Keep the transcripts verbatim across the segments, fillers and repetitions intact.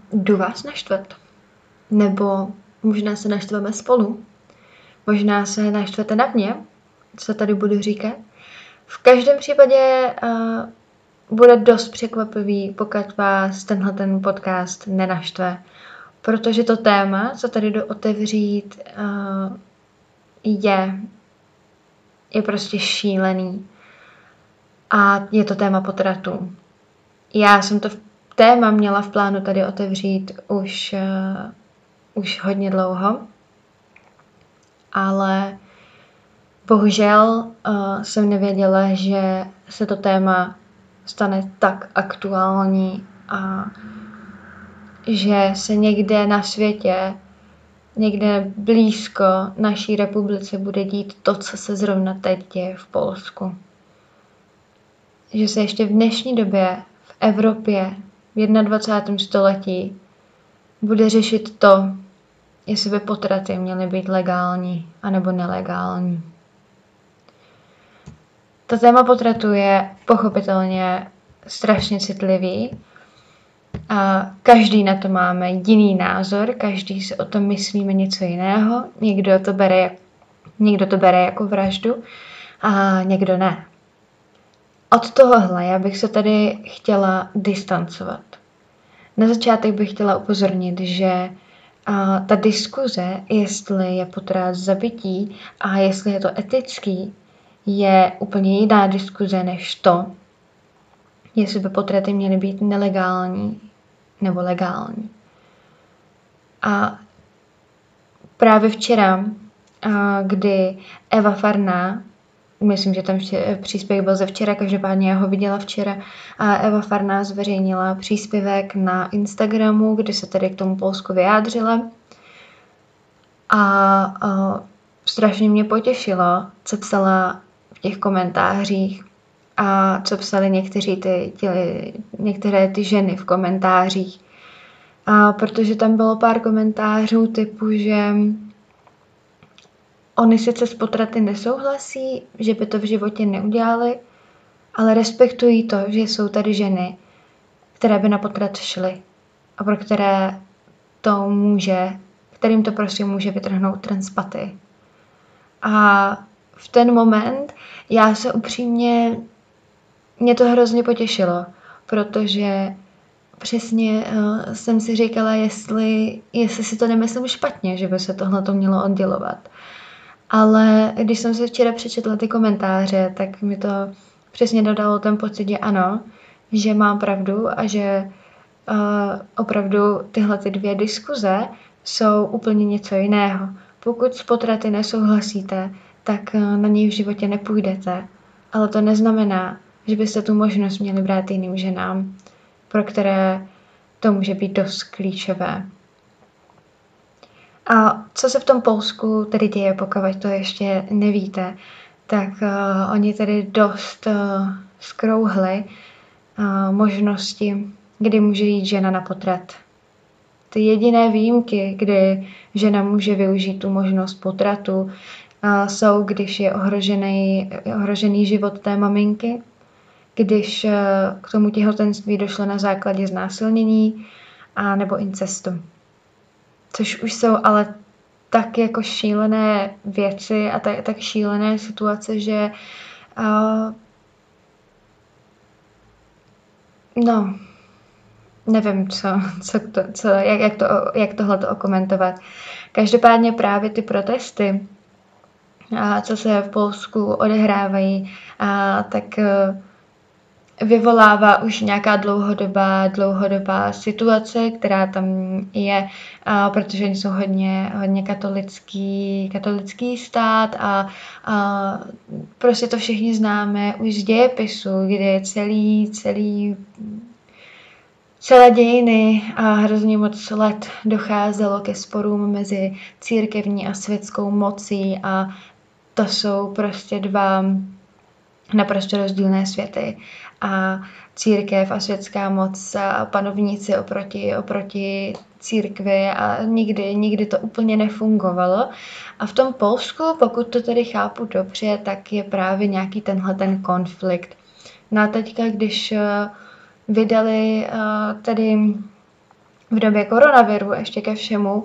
jdu vás naštvat. Nebo možná se naštveme spolu. Možná se naštvete na mě, co tady budu říkat. V každém případě uh, bude dost překvapivý, pokud vás tenhle ten podcast nenaštve. Protože to téma, co tady jdu otevřít, uh, je, je prostě šílený. A je to téma potratů. Já jsem to téma měla v plánu tady otevřít už, uh, už hodně dlouho. Ale bohužel uh, jsem nevěděla, že se to téma stane tak aktuální a že se někde na světě, někde blízko naší republice bude dít to, co se zrovna teď děje v Polsku. Že se ještě v dnešní době v Evropě v dvacátém prvním století bude řešit to, jestli by potraty měly být legální anebo nelegální. To téma potratu je pochopitelně strašně citlivý. A každý na to máme jiný názor, každý si o tom myslíme něco jiného. Někdo to bere, někdo to bere jako vraždu a někdo ne. Od tohohle já bych se tady chtěla distancovat. Na začátek bych chtěla upozornit, že a ta diskuze, jestli je potrat zabití a jestli je to etický, je úplně jiná diskuze než to, jestli by potraty měly být nelegální nebo legální. A právě včera, kdy Eva Farná, myslím, že ten příspěvek byl ze včera, každopádně já ho viděla včera, a Eva Farná zveřejnila příspěvek na Instagramu, kdy se tedy k tomu Polsku vyjádřila. A, a strašně mě potěšilo, co psala v těch komentářích a co psali někteří ty, ty, některé ty ženy v komentářích. A protože tam bylo pár komentářů typu, že oni sice s potraty nesouhlasí, že by to v životě neudělali, ale respektují to, že jsou tady ženy, které by na potrat šly a pro které to může, kterým to prostě může vytrhnout transpaty. A v ten moment já se upřímně, mě to hrozně potěšilo, protože přesně uh, jsem si říkala, jestli, jestli si to nemyslím špatně, že by se tohle to mělo oddělovat. Ale když jsem si včera přečetla ty komentáře, tak mi to přesně dodalo ten pocit, že ano, že mám pravdu a že uh, opravdu tyhle ty dvě diskuze jsou úplně něco jiného. Pokud s potraty nesouhlasíte, tak uh, na něj v životě nepůjdete. Ale to neznamená, že byste tu možnost měli brát jiným ženám, pro které to může být dost klíčové. A co se v tom Polsku tedy děje, pokud to ještě nevíte, tak uh, oni tedy dost uh, zkrouhli uh, možnosti, kdy může jít žena na potrat. Ty jediné výjimky, kdy žena může využít tu možnost potratu, uh, jsou, když je ohrožený, ohrožený život té maminky, když uh, k tomu těhotenství došlo na základě znásilnění a nebo incestu. Což už jsou ale tak jako šílené věci a tak, tak šílené situace, že uh, no, nevím, co, co, to, co jak, jak, to, jak tohle to okomentovat. Každopádně právě ty protesty, uh, co se v Polsku odehrávají, uh, tak uh, vyvolává už nějaká dlouhodobá, dlouhodobá situace, která tam je, a protože oni jsou hodně, hodně katolický, katolický stát a, a prostě to všichni známe už z dějepisu, kde celý, celý, celé dějiny a hrozně moc let docházelo ke sporům mezi církevní a světskou mocí a to jsou prostě dva naprosto rozdílné světy. A církev a světská moc a panovníci oproti, oproti církvi a nikdy, nikdy to úplně nefungovalo. A v tom Polsku, pokud to tedy chápu dobře, tak je právě nějaký tenhle ten konflikt. No a teďka, když vydali tedy v době koronaviru ještě ke všemu,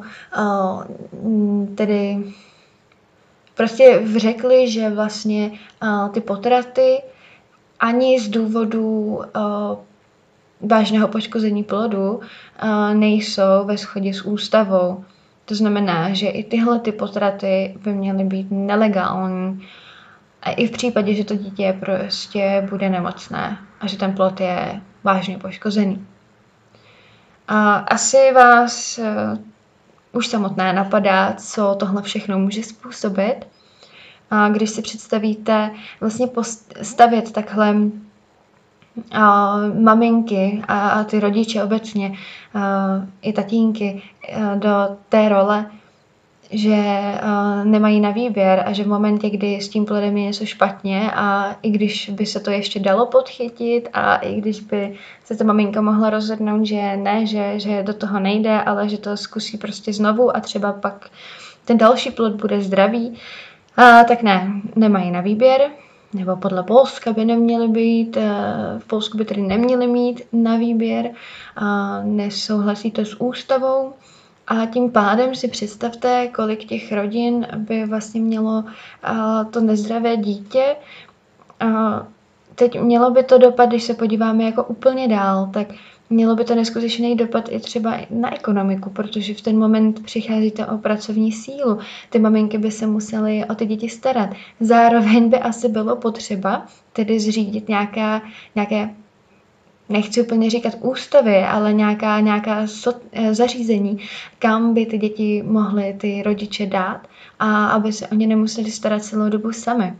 tedy prostě řekli, že vlastně ty potraty ani z důvodu vážného poškození plodu nejsou ve shodě s ústavou. To znamená, že i tyhle ty potraty by měly být nelegální. A i v případě, že to dítě prostě bude nemocné a že ten plod je vážně poškozený. A asi vás uh, už samotné napadá, co tohle všechno může způsobit. A když si představíte vlastně postavit takhle uh, maminky a, a ty rodiče obecně, uh, i tatínky uh, do té role, že uh, nemají na výběr a že v momentě, kdy s tím plodem je něco špatně a i když by se to ještě dalo podchytit a i když by se ta maminka mohla rozhodnout, že ne, že, že do toho nejde, ale že to zkusí prostě znovu a třeba pak ten další plod bude zdravý, a tak ne, nemají na výběr, nebo podle Polska by neměly být, v Polsku by tedy neměli mít na výběr, a nesouhlasí to s ústavou. A tím pádem si představte, kolik těch rodin by vlastně mělo to nezdravé dítě. Teď mělo by to dopad, když se podíváme jako úplně dál, tak mělo by to neskutečný dopad i třeba na ekonomiku, protože v ten moment přicházíte o pracovní sílu. Ty maminky by se musely o ty děti starat. Zároveň by asi bylo potřeba tedy zřídit nějaká, nějaké, nechci úplně říkat ústavy, ale nějaká, nějaká so, zařízení, kam by ty děti mohly ty rodiče dát a aby se o ně nemuseli starat celou dobu sami.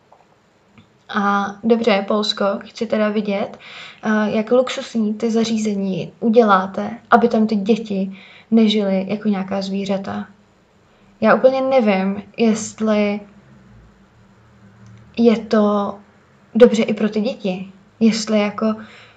A dobře, Polsko, chci teda vidět, jak luxusní ty zařízení uděláte, aby tam ty děti nežily jako nějaká zvířata. Já úplně nevím, jestli je to dobře i pro ty děti. Jestli jako...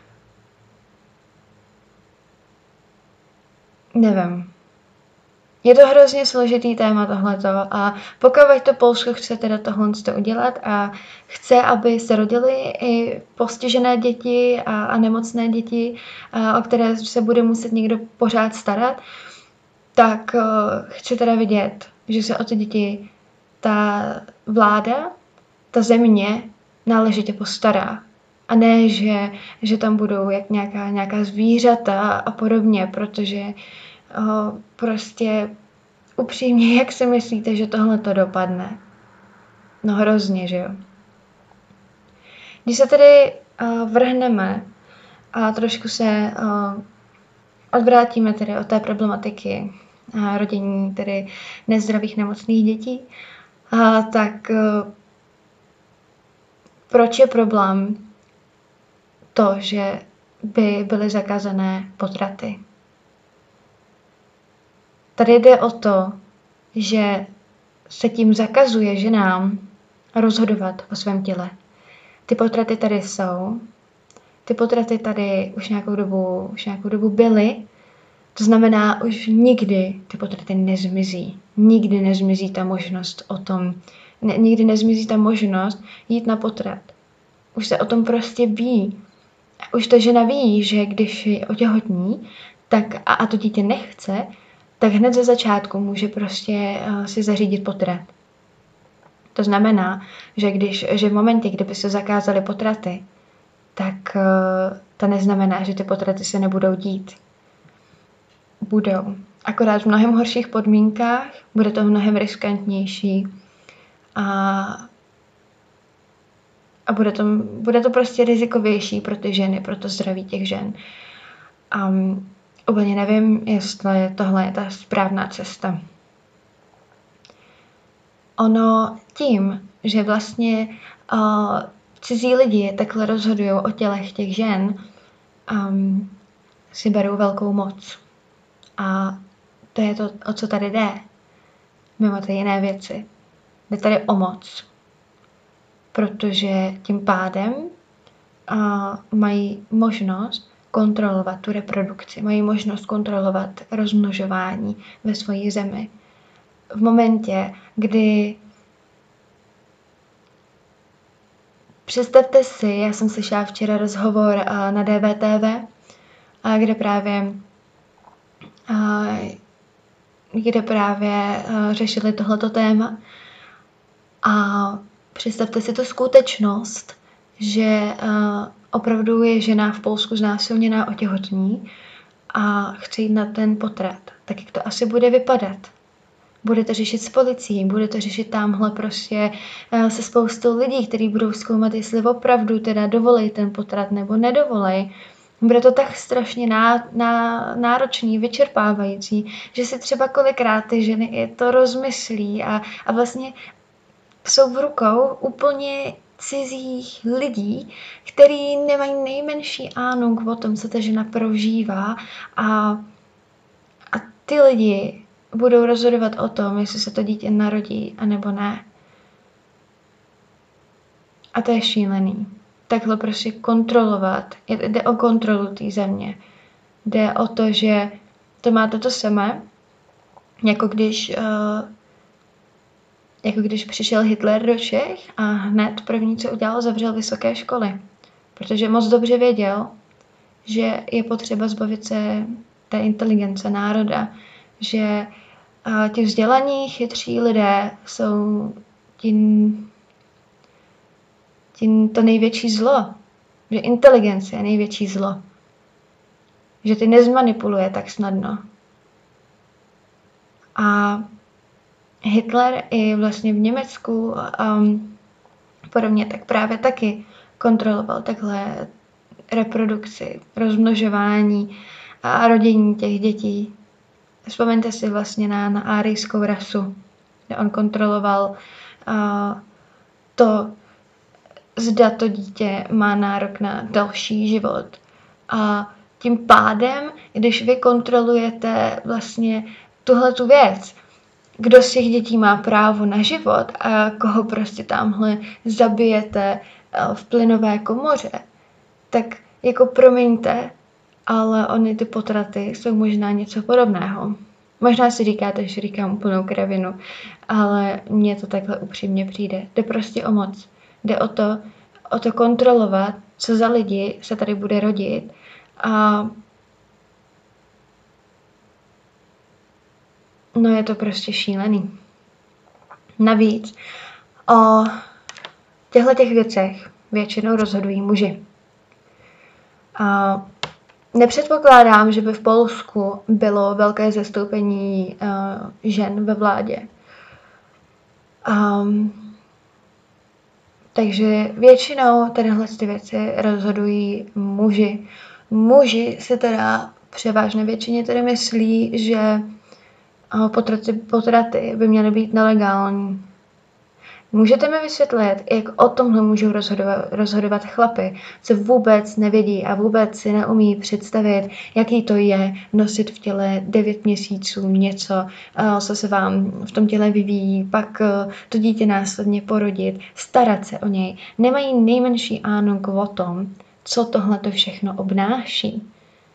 Nevím. Je to hrozně složitý téma tohleto a pokud to Polsko chce teda tohle udělat a chce, aby se rodily i postižené děti a, a nemocné děti, a, o které se bude muset někdo pořád starat, tak uh, chci teda vidět, že se o ty děti ta vláda, ta země náležitě postará. A ne, že, že tam budou jak nějaká, nějaká zvířata a podobně, protože uh, prostě upřímně, jak si myslíte, že tohle to dopadne? No hrozně, že jo? Když se tedy uh, vrhneme a trošku se uh, odvrátíme tedy od té problematiky uh, rodění tedy nezdravých nemocných dětí, uh, tak uh, proč je problém to, že by byly zakázané potraty? Tady jde o to, že se tím zakazuje ženám rozhodovat o svém těle. Ty potraty tady jsou, ty potraty tady už nějakou dobu, už nějakou dobu byly, to znamená, už nikdy ty potraty nezmizí. Nikdy nezmizí ta možnost o tom, ne, nikdy nezmizí ta možnost jít na potrat. Už se o tom prostě ví. Už ta žena ví, že když je otěhotní, tak a, a to dítě nechce, tak hned ze začátku může prostě uh, si zařídit potrat. To znamená, že, když, že v momentě, kdyby se zakázaly potraty, tak uh, to neznamená, že ty potraty se nebudou dít. Budou. Akorát v mnohem horších podmínkách, bude to mnohem riskantnější a, a bude, to, bude to prostě rizikovější pro ty ženy, pro to zdraví těch žen. Um, Úplně nevím, jestli tohle je ta správná cesta. Ono tím, že vlastně uh, cizí lidi takhle rozhodují o tělech těch žen, um, si berou velkou moc. A to je to, o co tady jde. Mimo ty jiné věci. Jde tady o moc. Protože tím pádem uh, mají možnost kontrolovat tu reprodukci, mají možnost kontrolovat rozmnožování ve své zemi. V momentě, kdy představte si, já jsem slyšela včera rozhovor na D V T V, kde právě kde právě řešili tohleto téma. A představte si tu skutečnost, že opravdu je žena v Polsku znásilněná, otěhotní a chce jít na ten potrat. Tak jak to asi bude vypadat? Bude to řešit s policií, bude to řešit tamhle prostě se spoustou lidí, kteří budou zkoumat, jestli opravdu teda dovolej ten potrat nebo nedovolej. Bude to tak strašně ná, ná, náročný, vyčerpávající, že si třeba kolikrát ty ženy i to rozmyslí a, a vlastně jsou v rukou úplně cizích lidí, který nemají nejmenší ánung o tom, co ta žena prožívá a, a ty lidi budou rozhodovat o tom, jestli se to dítě narodí, anebo ne. A to je šílený. Takhle prostě kontrolovat. Jde o kontrolu té země. Jde o to, že to máte to samé, jako když, uh, jako když přišel Hitler do Čech a hned první, co udělal, zavřel vysoké školy. Protože moc dobře věděl, že je potřeba zbavit se té inteligence národa, že uh, ti vzdělaní, chytří lidé jsou tím tím to největší zlo, že inteligence je největší zlo, že ty nezmanipuluje tak snadno. A Hitler i vlastně v Německu um, podobně tak právě taky kontroloval takhle reprodukci, rozmnožování a rodění těch dětí. Vzpomeňte si vlastně na, na árijskou rasu, kde on kontroloval uh, to, zda to dítě má nárok na další život. A tím pádem, když vy kontrolujete vlastně tuhletu věc, kdo z těch dětí má právo na život a koho prostě tamhle zabijete v plynové komoře, tak jako promiňte, ale ony ty potraty jsou možná něco podobného. Možná si říkáte, že říkám úplnou kravinu, ale mně to takhle upřímně přijde. Jde prostě o moc. Jde o to, o to kontrolovat, co za lidi se tady bude rodit. A no je to prostě šílený. Navíc o těchto těch věcech většinou rozhodují muži. A nepředpokládám, že by v Polsku bylo velké zastoupení uh, žen ve vládě. Um, takže většinou tadyhle ty věci rozhodují muži. Muži si teda převážné většině tedy myslí, že potraty, potraty by měly být nelegální. Můžete mi vysvětlit, jak o tomhle můžou rozhodovat, rozhodovat chlapy, co vůbec nevědí a vůbec si neumí představit, jaký to je nosit v těle devět měsíců něco, co se vám v tom těle vyvíjí, pak to dítě následně porodit, starat se o něj. Nemají nejmenší ánung o tom, co tohle to všechno obnáší.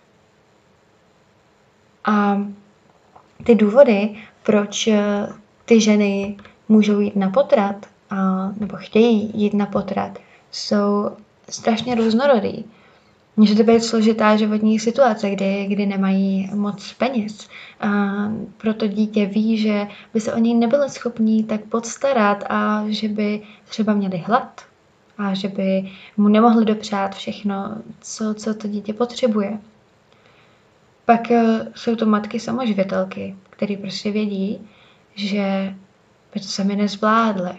A ty důvody, proč ty ženy můžou jít na potrat, a, nebo chtějí jít na potrat, jsou strašně různorodý. Může to být složitá životní situace, kdy, kdy nemají moc peněz. A proto dítě ví, že by se o něj nebyli schopní tak podstarat a že by třeba měli hlad a že by mu nemohli dopřát všechno, co, co to dítě potřebuje. Pak jsou to matky samoživitelky, které prostě vědí, že by to sami nezvládli.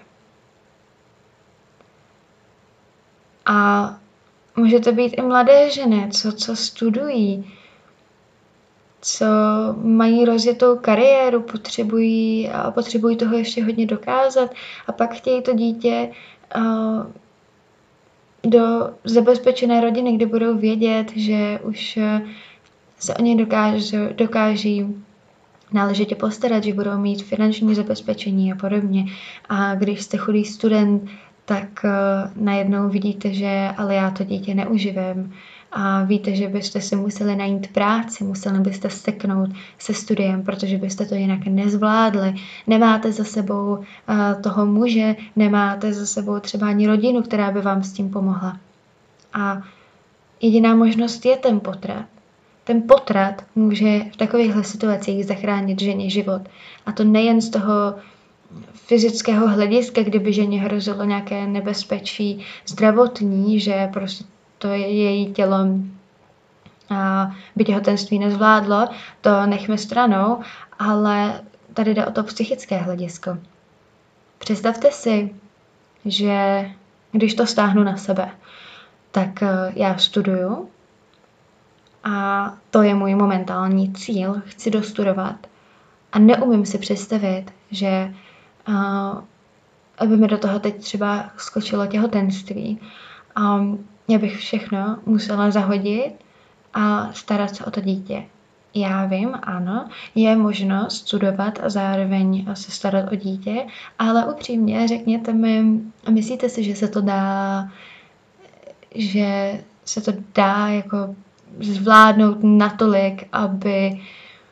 A může to být i mladé ženy, co, co studují, co mají rozjetou kariéru, potřebují, a potřebují toho ještě hodně dokázat a pak chtějí to dítě uh, do zabezpečené rodiny, kde budou vědět, že už se o ně dokáží, dokáží náležitě postarat, že budou mít finanční zabezpečení a podobně. A když jste chudý student, tak uh, najednou vidíte, že ale já to dítě neuživím. A víte, že byste si museli najít práci, museli byste seknout se studiem, protože byste to jinak nezvládli. Nemáte za sebou uh, toho muže, nemáte za sebou třeba ani rodinu, která by vám s tím pomohla. A jediná možnost je ten potrat. ten potrat může v takovýchhle situacích zachránit ženě život. A to nejen z toho fyzického hlediska, kdyby ženě hrozilo nějaké nebezpečí zdravotní, že prostě to je její tělo a by těhotenství nezvládlo, to nechme stranou, ale tady jde o to psychické hledisko. Představte si, že když to stáhnu na sebe, tak já studuju a to je můj momentální cíl, chci dostudovat a neumím si představit, že uh, aby mi do toho teď třeba skočilo těhotenství a já bych všechno musela zahodit a starat se o to dítě. Já vím, ano, je možno studovat a zároveň se starat o dítě, ale upřímně řekněte mi, myslíte si, že se to dá, že se to dá jako zvládnout natolik, aby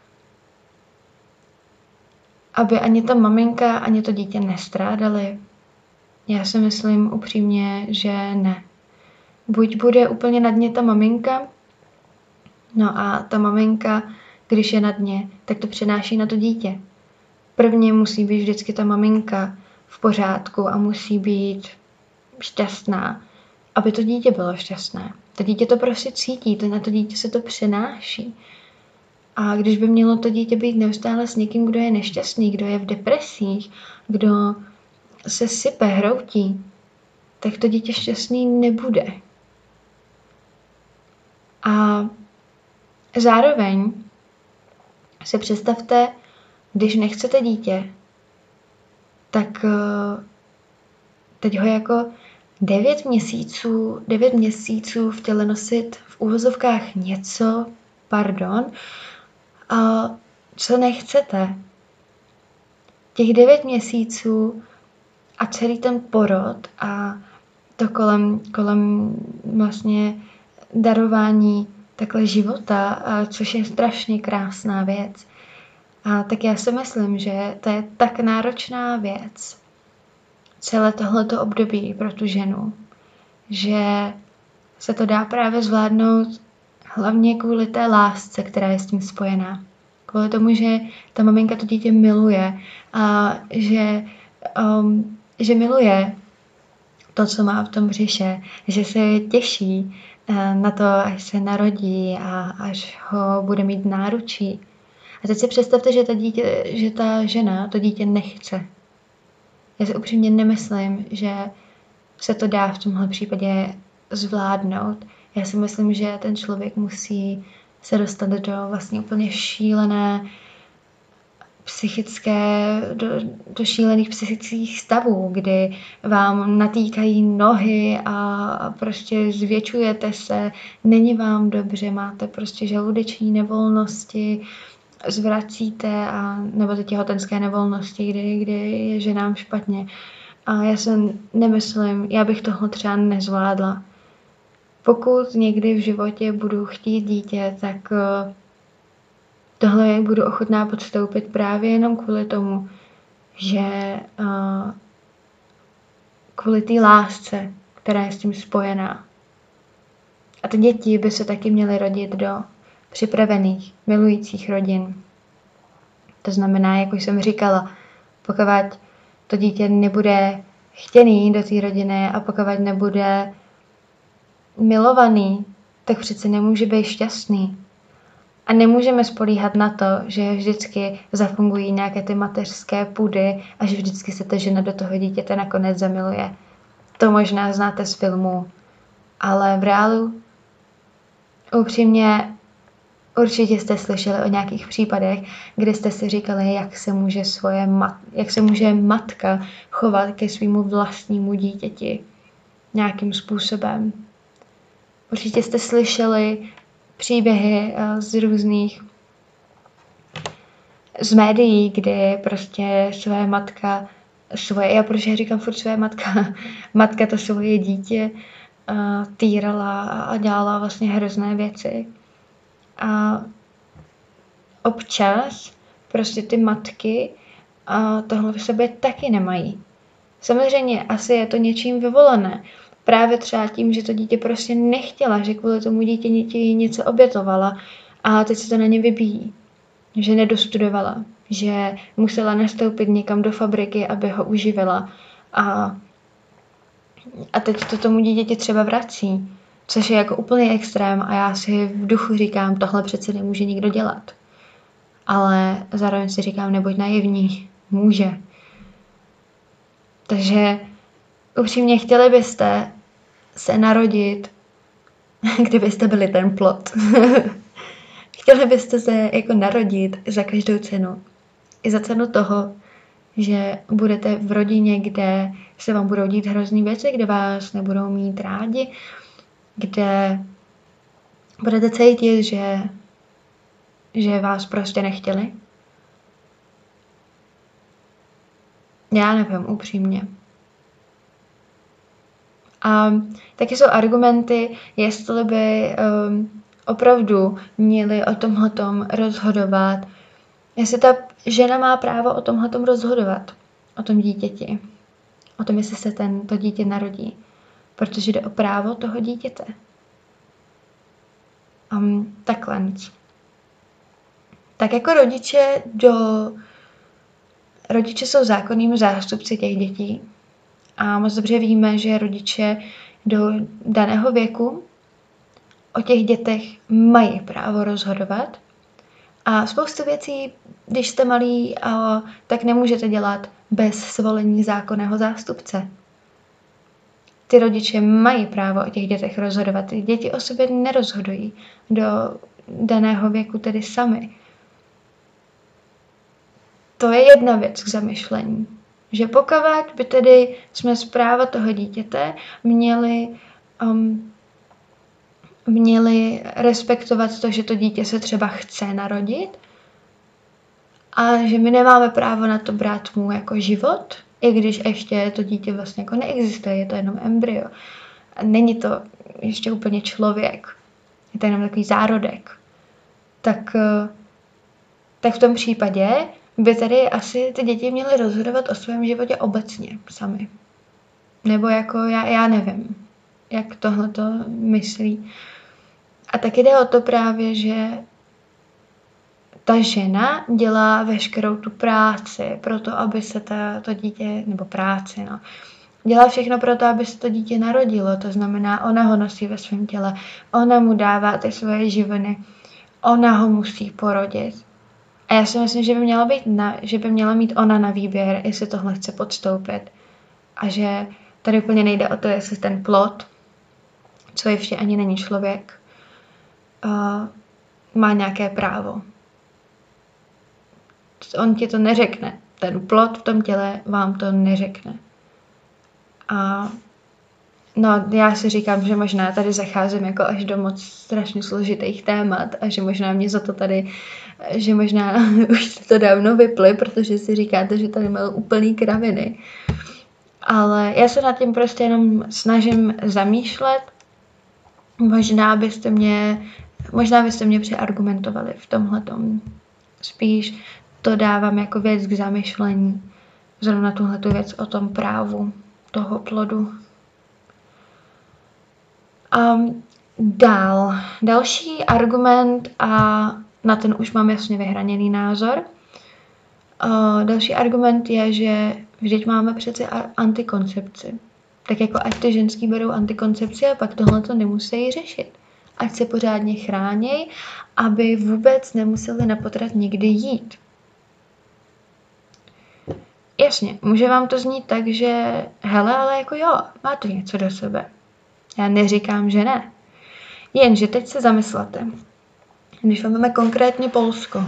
aby ani ta maminka, ani to dítě nestrádali? Já si myslím upřímně, že ne. Buď bude úplně na dně ta maminka, no a ta maminka, když je na dně, tak to přenáší na to dítě. Prvně musí být vždycky ta maminka v pořádku a musí být šťastná, aby to dítě bylo šťastné. To dítě to prostě cítí, to na to dítě se to přenáší. A když by mělo to dítě být neustále s někým, kdo je nešťastný, kdo je v depresích, kdo se sype, hroutí, tak to dítě šťastný nebude. A zároveň si představte, když nechcete dítě, tak teď ho jako devět měsíců, devět měsíců v těle nosit v úvozovkách něco, pardon, a co nechcete. Těch devět měsíců a celý ten porod a to kolem, kolem vlastně darování takhle života, a což je strašně krásná věc. A tak já si myslím, že to je tak náročná věc, celé tohleto období pro tu ženu, že se to dá právě zvládnout hlavně kvůli té lásce, která je s tím spojená. Kvůli tomu, že ta maminka to dítě miluje a že, um, že miluje to, co má v tom břiše, že se těší na to, až se narodí a až ho bude mít v náručí. A teď si představte, že ta, dítě, že ta žena to dítě nechce. Já si upřímně nemyslím, že se to dá v tomhle případě zvládnout. Já si myslím, že ten člověk musí se dostat do vlastně úplně šílené psychické, do, do šílených psychických stavů, kdy vám natýkají nohy a, a prostě zvětšujete se, není vám dobře, máte prostě žaludeční nevolnosti, zvracíte, a, nebo ty těhotenské nevolnosti, kdy, kdy je ženám špatně. A já se nemyslím, já bych toho třeba nezvládla. Pokud někdy v životě budu chtít dítě, tak uh, tohle budu ochotná podstoupit právě jenom kvůli tomu, že uh, kvůli té lásce, která je s tím spojená. A ty děti by se taky měly rodit do připravených, milujících rodin. To znamená, jak už jsem říkala, pokud to dítě nebude chtěný do té rodiny a pokud nebude milovaný, tak přece nemůže být šťastný. A nemůžeme spolíhat na to, že vždycky zafungují nějaké ty mateřské půdy a že vždycky se ta žena do toho dítěte nakonec zamiluje. To možná znáte z filmu, ale v reálu upřímně určitě jste slyšeli o nějakých případech, kdy jste si říkali, jak se může, svoje mat- jak se může matka chovat ke svému vlastnímu dítěti nějakým způsobem. Určitě jste slyšeli příběhy z různých z médií, kdy prostě svoje matka, svoje, já proč já říkám furt svoje matka, matka to svoje dítě uh, týrala a dělala vlastně hrozné věci. A občas prostě ty matky uh, tohle v sobě taky nemají. Samozřejmě asi je to něčím vyvolané. Právě třeba tím, že to dítě prostě nechtěla, že kvůli tomu dítě něco obětovala A teď se to na ně vybíjí, že nedostudovala, že musela nastoupit někam do fabriky, aby ho uživila. A, a teď to tomu dítěti třeba vrací, což je jako úplný extrém a já si v duchu říkám, tohle přece nemůže nikdo dělat. Ale zároveň si říkám, nebuď naivní, může. Takže upřímně chtěli byste se narodit, kdybyste byli ten plot. Chtěli byste se jako narodit za každou cenu. I za cenu toho, že budete v rodině, kde se vám budou dít hrozný věci, kde vás nebudou mít rádi, kde budete cítit, že, že vás prostě nechtěli. Já nevím, upřímně. A taky jsou argumenty, jestli by um, opravdu měli o tomhletom rozhodovat, jestli ta žena má právo o tomhletom rozhodovat, o tom dítěti, o tom, jestli se ten, to dítě narodí, protože jde o právo toho dítěte. Um, takhle. Tak jako rodiče do... Rodiče jsou zákonnými zástupci těch dětí a moc dobře víme, že rodiče do daného věku o těch dětech mají právo rozhodovat. A spoustu věcí, když jste malí, tak nemůžete dělat bez svolení zákonného zástupce. Ty rodiče mají právo o těch dětech rozhodovat. Ty děti o sobě nerozhodují do daného věku tedy sami. To je jedna věc k zamyšlení. Že pokud by tedy jsme z práva toho dítěte měli, um, měli respektovat to, že to dítě se třeba chce narodit a že my nemáme právo na to brát mu jako život, i když ještě to dítě vlastně jako neexistuje, je to jenom embryo. Není to ještě úplně člověk, je to jenom takový zárodek. Tak, tak v tom případě by tedy asi ty děti měly rozhodovat o svém životě obecně sami. Nebo jako já, já nevím, jak tohle to myslí. A taky jde o to právě, že ta žena dělá veškerou tu práci pro to, aby se ta, to dítě, nebo práci, no, dělá všechno pro to, aby se to dítě narodilo. To znamená, ona ho nosí ve svém těle, ona mu dává ty svoje živiny, ona ho musí porodit. A já si myslím, že by měla být na, že by měla mít ona na výběr, jestli tohle chce podstoupit. A že tady úplně nejde o to, jestli ten plod, co ještě ani není člověk, uh, má nějaké právo. On ti to neřekne. Ten plod v tom těle vám to neřekne. A no, já si říkám, že možná tady zacházím jako až do moc strašně složitých témat a že možná mě za to tady, že možná už jste to dávno vypli, protože si říkáte, že tady mám úplný kraviny. Ale já se nad tím prostě jenom snažím zamýšlet. Možná byste mě, možná byste mě přeargumentovali v tomhletom. Spíš to dávám jako věc k zamyšlení. Zrovna tuhletu věc o tom právu toho plodu. Um, dál. Další argument, a na ten už mám jasně vyhraněný názor. Uh, další argument je, že vždyť máme přece antikoncepci. Tak jako ať ty ženský berou antikoncepci a pak tohle to nemusí řešit. Ať se pořádně chrání, aby vůbec nemuseli na potrat nikdy jít. Jasně, může vám to znít tak, že hele, ale jako jo, má to něco do sebe. Já neříkám, že ne. Jenže teď se zamyslete. Když máme konkrétně Polsko.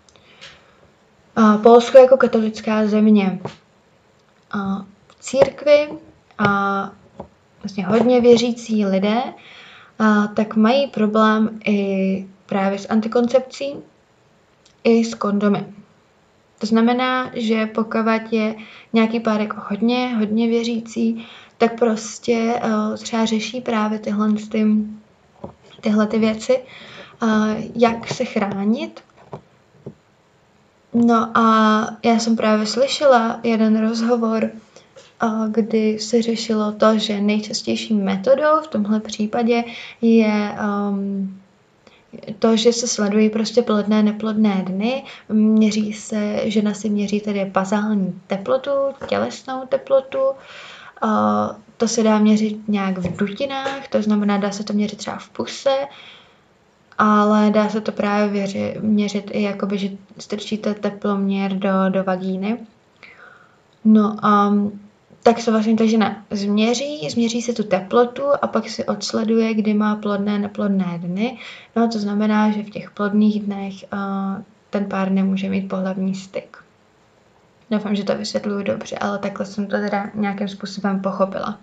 Polsko jako katolická země. V církvi a vlastně hodně věřící lidé tak mají problém i právě s antikoncepcí, i s kondomy. To znamená, že pokud je nějaký pár jako hodně, hodně věřící, tak prostě uh, třeba řeší právě tyhle, ty, tyhle ty věci, uh, jak se chránit. No a já jsem právě slyšela jeden rozhovor, uh, kdy se řešilo to, že nejčastější metodou v tomhle případě je um, to, že se sledují prostě plodné, neplodné dny, měří se, žena si měří tedy bazální teplotu, tělesnou teplotu, to se dá měřit nějak v dutinách, to znamená, dá se to měřit třeba v puse, ale dá se to právě věři, měřit i jakoby, že strčíte teploměr do, do vagíny. No a tak se vlastně ta žena změří, změří si tu teplotu a pak si odsleduje, kdy má plodné, neplodné dny. No to znamená, že v těch plodných dnech uh, ten pár nemůže mít pohlavní styk. Doufám, že to vysvětluju dobře, ale takhle jsem to teda nějakým způsobem pochopila.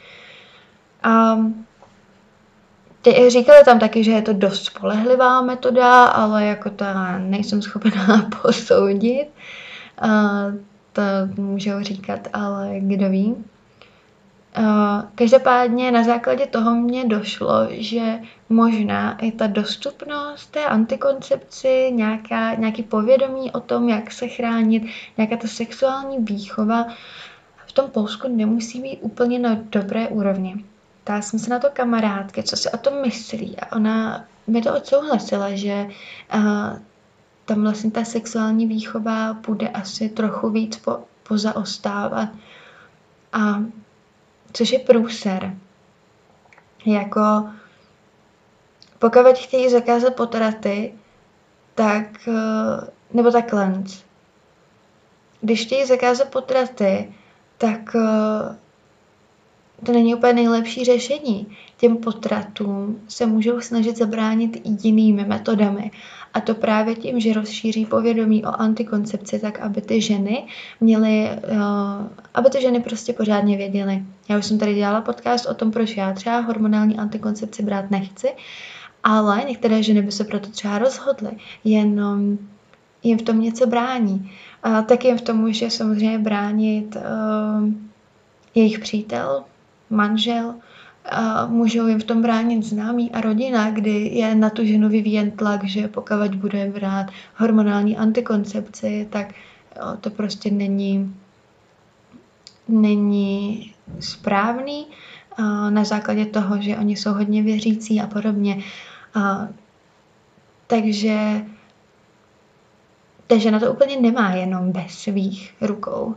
Um, Tě, říkali tam taky, že je to dost spolehlivá metoda, ale jako to nejsem schopná posoudit. Uh, to můžou říkat, ale kdo ví. Uh, každopádně na základě toho mě došlo, že možná i ta dostupnost té antikoncepci, nějaká, nějaký povědomí o tom, jak se chránit, nějaká ta sexuální výchova v tom Polsku nemusí být úplně na dobré úrovni. Ptala jsem se na to kamarádky, co si o tom myslí, a ona mi to odsouhlasila, že uh, tam vlastně ta sexuální výchova bude asi trochu víc po, pozaostávat. A což je průser. Jako pokud chtějí zakázat potraty, tak, uh, nebo takhle. Když chtějí zakázat potraty, tak uh, to není úplně nejlepší řešení. Těm potratům se můžou snažit zabránit i jinými metodami. A to právě tím, že rozšíří povědomí o antikoncepci, tak aby ty ženy měly, uh, aby ty ženy prostě pořádně věděly. Já už jsem tady dělala podcast o tom, proč já třeba hormonální antikoncepci brát nechci, ale některé ženy by se proto třeba rozhodly, jenom jim v tom něco brání. A tak jim v tom může samozřejmě bránit uh, jejich přítel, manžel, a můžou jim v tom bránit známí a rodina, kdy je na tu ženu vyvíjen tlak, že pokud bude brát hormonální antikoncepci, tak jo, to prostě není, není správný a na základě toho, že oni jsou hodně věřící a podobně. A, takže ta žena to úplně nemá jenom ve svých rukou.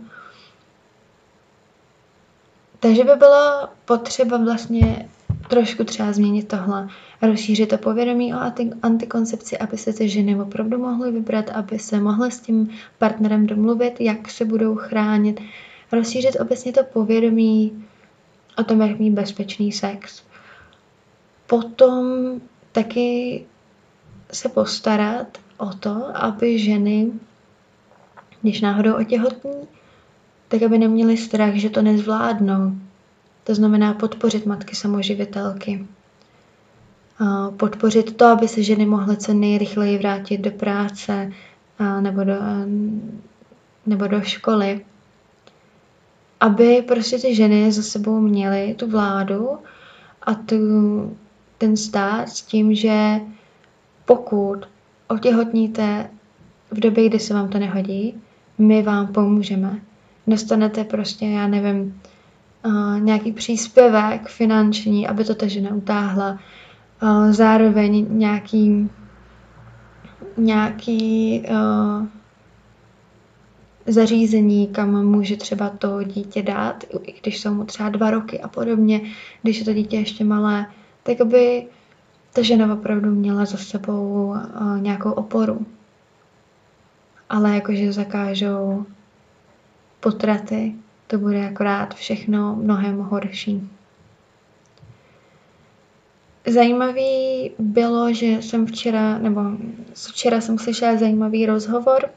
Takže by bylo potřeba vlastně trošku třeba změnit tohle, rozšířit to povědomí o antikoncepci, aby se ty ženy opravdu mohly vybrat, aby se mohly s tím partnerem domluvit, jak se budou chránit, rozšířit obecně to povědomí o tom, jak mít bezpečný sex. Potom taky se postarat o to, aby ženy, když náhodou otěhotní, tak aby neměli strach, že to nezvládnou. To znamená podpořit matky samoživitelky. Podpořit to, aby se ženy mohly co nejrychleji vrátit do práce nebo do, nebo do školy. Aby prostě ty ženy za sebou měly tu vládu a tu, ten stát s tím, že pokud otěhotníte v době, kdy se vám to nehodí, my vám pomůžeme. Dostanete prostě, já nevím, uh, nějaký příspěvek finanční, aby to ta žena utáhla. Uh, zároveň nějaký, nějaký uh, zařízení, kam může třeba to dítě dát, i když jsou mu třeba dva roky a podobně, když je to dítě ještě malé, tak aby ta žena opravdu měla za sebou uh, nějakou oporu. Ale jakože zakážou potraty, to bude akorát všechno mnohem horší. Zajímavý bylo, že jsem včera, nebo včera jsem slyšela zajímavý rozhovor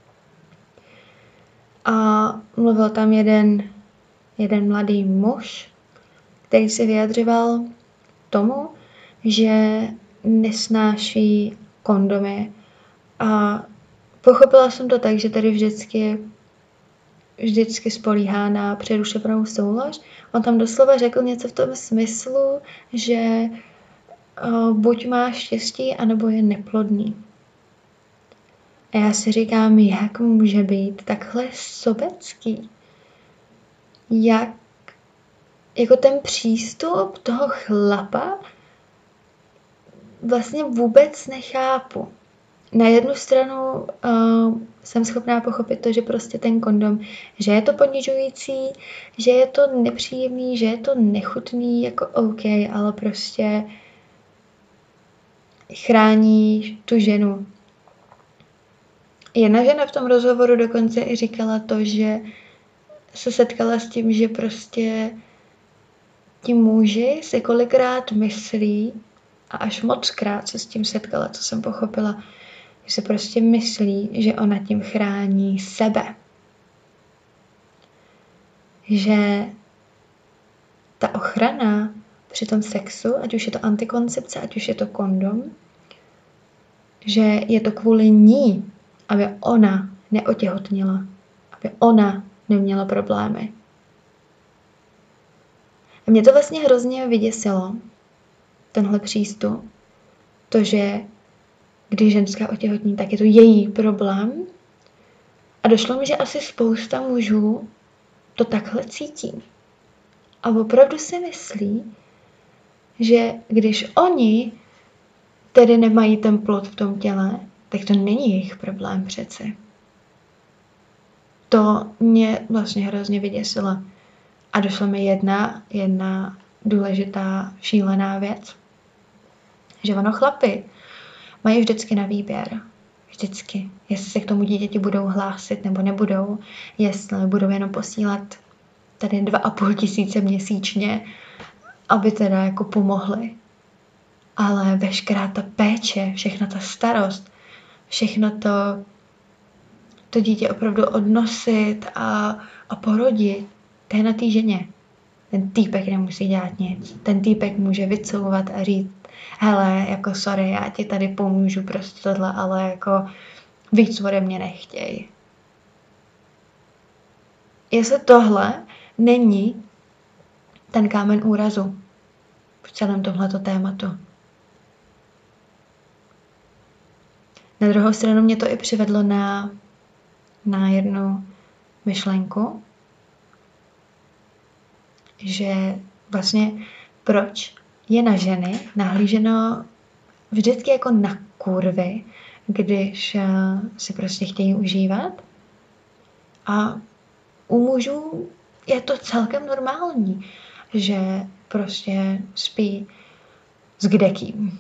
a mluvil tam jeden, jeden mladý muž, který se vyjadřoval tomu, že nesnáší kondomy a pochopila jsem to tak, že tady vždycky vždycky spolíhá na přerušenou soulož. On tam doslova řekl něco v tom smyslu, že uh, buď má štěstí, anebo je neplodný. A já si říkám, jak může být takhle sobecký? Jak jako ten přístup toho chlapa vlastně vůbec nechápu. Na jednu stranu uh, jsem schopná pochopit to, že prostě ten kondom, že je to ponižující, že je to nepříjemný, že je to nechutný, jako OK, ale prostě chrání tu ženu. Jedna žena v tom rozhovoru dokonce i říkala to, že se setkala s tím, že prostě ti muži si kolikrát myslí, a až mockrát se s tím setkala, co jsem pochopila, že se prostě myslí, že ona tím chrání sebe. Že ta ochrana při tom sexu, ať už je to antikoncepce, ať už je to kondom, že je to kvůli ní, aby ona neotěhotnila, aby ona neměla problémy. A mě to vlastně hrozně vyděsilo, tenhle přístup, to, že když ženská otěhotní, tak je to její problém. A došlo mi, že asi spousta mužů to takhle cítí. A opravdu si myslí, že když oni tedy nemají ten plod v tom těle, tak to není jejich problém přeci. To mě vlastně hrozně vyděsilo. A došla mi jedna, jedna důležitá, šílená věc. Že ono chlapi mají vždycky na výběr. Vždycky. Jestli se k tomu dítěti budou hlásit nebo nebudou. Jestli budou jenom posílat tady dva a půl tisíce měsíčně, aby teda jako pomohli. Ale veškerá ta péče, všechna ta starost, všechno to, to dítě opravdu odnosit a, a porodit, to je na té ženě. Ten týpek nemusí dělat nic. Ten týpek může vycouvat a říct, hele, jako sorry, já ti tady pomůžu prostě tohle, ale jako víc ode mě nechtěj. Jestli tohle není ten kámen úrazu v celém tomhleto tématu. Na druhou stranu mě to i přivedlo na, na jednu myšlenku, že vlastně proč je na ženy nahlíženo vždycky jako na kurvy, když si prostě chtějí užívat. A u mužů je to celkem normální, že prostě spí s kdekým.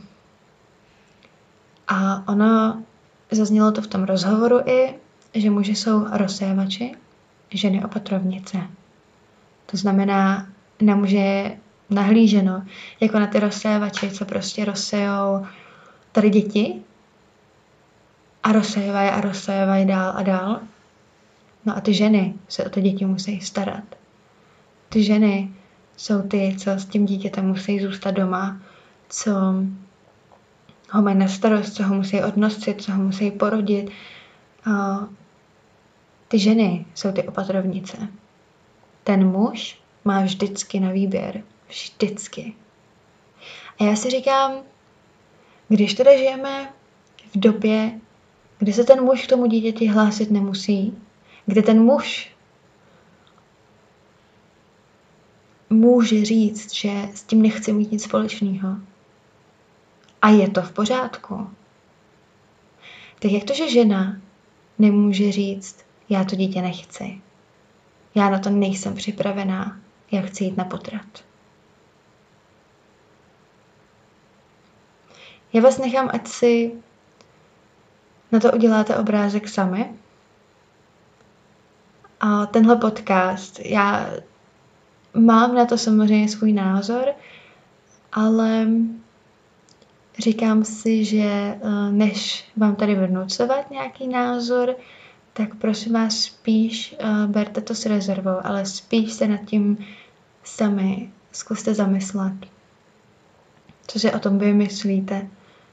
A ono zaznělo to v tom rozhovoru i, že muži jsou rozsévači, ženy opatrovnice. To znamená, na muže je nahlíženo jako na ty rozsévači, co prostě rozsejou tady děti a rozsévají a rozsévají dál a dál. No a ty ženy se o ty děti musí starat. Ty ženy jsou ty, co s tím dítětem musí zůstat doma, co ho mají na starost, co ho musí odnosit, co ho musí porodit. A ty ženy jsou ty opatrovnice. Ten muž má vždycky na výběr. Vždycky. A já si říkám, když teda žijeme v době, kdy se ten muž k tomu dítěti hlásit nemusí, kde ten muž může říct, že s tím nechce mít nic společného. A je to v pořádku. Tak jak to, že žena nemůže říct, já to dítě nechci. Já na to nejsem připravená, já chci jít na potrat. Já vás nechám, ať si na to uděláte obrázek sami. A tenhle podcast, já mám na to samozřejmě svůj názor, ale říkám si, že než vám tady vnucovat nějaký názor, tak prosím vás spíš uh, berte to s rezervou, ale spíš se nad tím sami zkuste zamyslet. Co si o tom vy myslíte.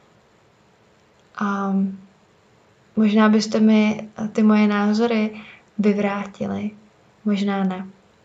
A možná byste mi ty moje názory vyvrátili, možná ne.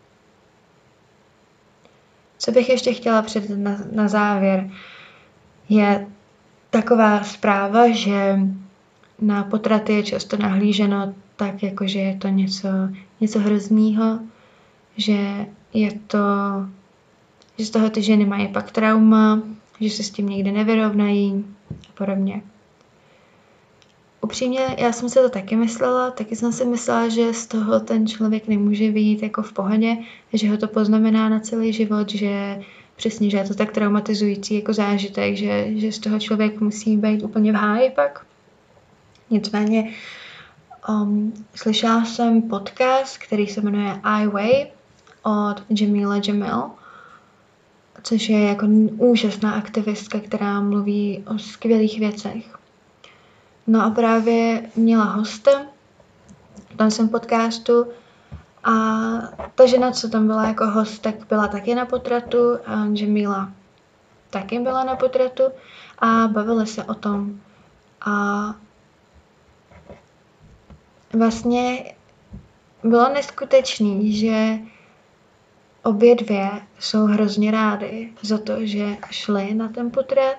Co bych ještě chtěla předat na, na závěr, je taková zpráva, že na potraty je často nahlíženo tak, jako že je to něco, něco hroznýho, že je to, že z toho ty ženy mají pak trauma, že se s tím nikdy nevyrovnají a podobně. Upřímně, já jsem si to taky myslela, taky jsem si myslela, že z toho ten člověk nemůže vyjít jako v pohodě, že ho to poznamená na celý život, že přesně, že je to tak traumatizující jako zážitek, že, že z toho člověk musí být úplně v háji pak. Nicméně um, slyšela jsem podcast, který se jmenuje I Way od Jamila Jamil, což je jako úžasná aktivistka, která mluví o skvělých věcech. No a právě měla hosta v tom jsem podcastu a ta žena, co tam byla jako host, tak byla taky na potratu a Jamila taky byla na potratu a bavili se o tom. A vlastně bylo neskutečný, že obě dvě jsou hrozně rády za to, že šly na ten potrat.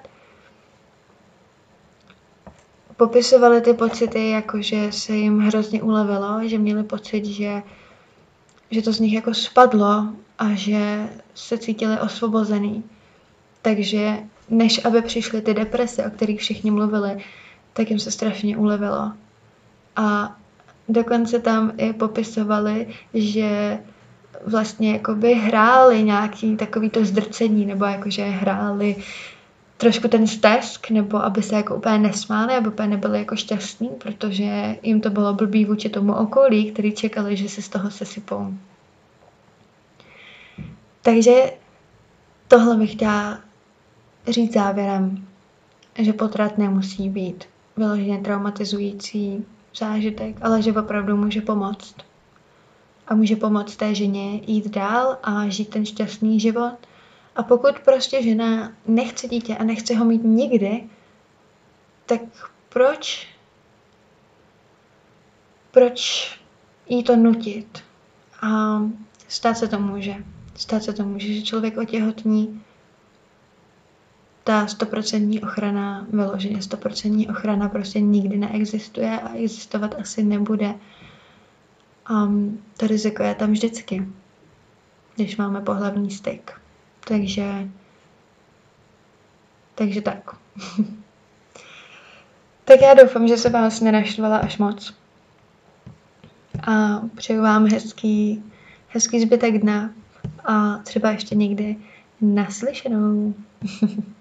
Popisovali ty pocity, jako že se jim hrozně ulevilo, že měli pocit, že, že to z nich jako spadlo a že se cítili osvobozený. Takže než aby přišly ty deprese, o kterých všichni mluvili, tak jim se strašně ulevilo. A dokonce tam i popisovali, že vlastně jakoby hráli nějaký takový to zdrcení, nebo jakože hráli trošku ten stesk, nebo aby se jako úplně nesmáli, aby úplně nebyli jako šťastní, protože jim to bylo blbý vůči tomu okolí, který čekali, že se z toho sesypou. Takže tohle bych chtěla říct závěrem, že potrat nemusí být vyloženě traumatizující zážitek, ale že opravdu může pomoct. A může pomoct té ženě jít dál a žít ten šťastný život. A pokud prostě žena nechce dítě a nechce ho mít nikdy, tak proč? Proč jí to nutit? A stát se to může. Stát se to může, že člověk otěhotní. Ta stoprocentní ochrana, vyloženě stoprocentní ochrana prostě nikdy neexistuje a existovat asi nebude. Um, to riziko je tam vždycky, když máme pohlavní styk. Takže, takže tak. Tak já doufám, že se vás nenaštvala až moc. A přeju vám hezký, hezký zbytek dne a třeba ještě někdy naslyšenou.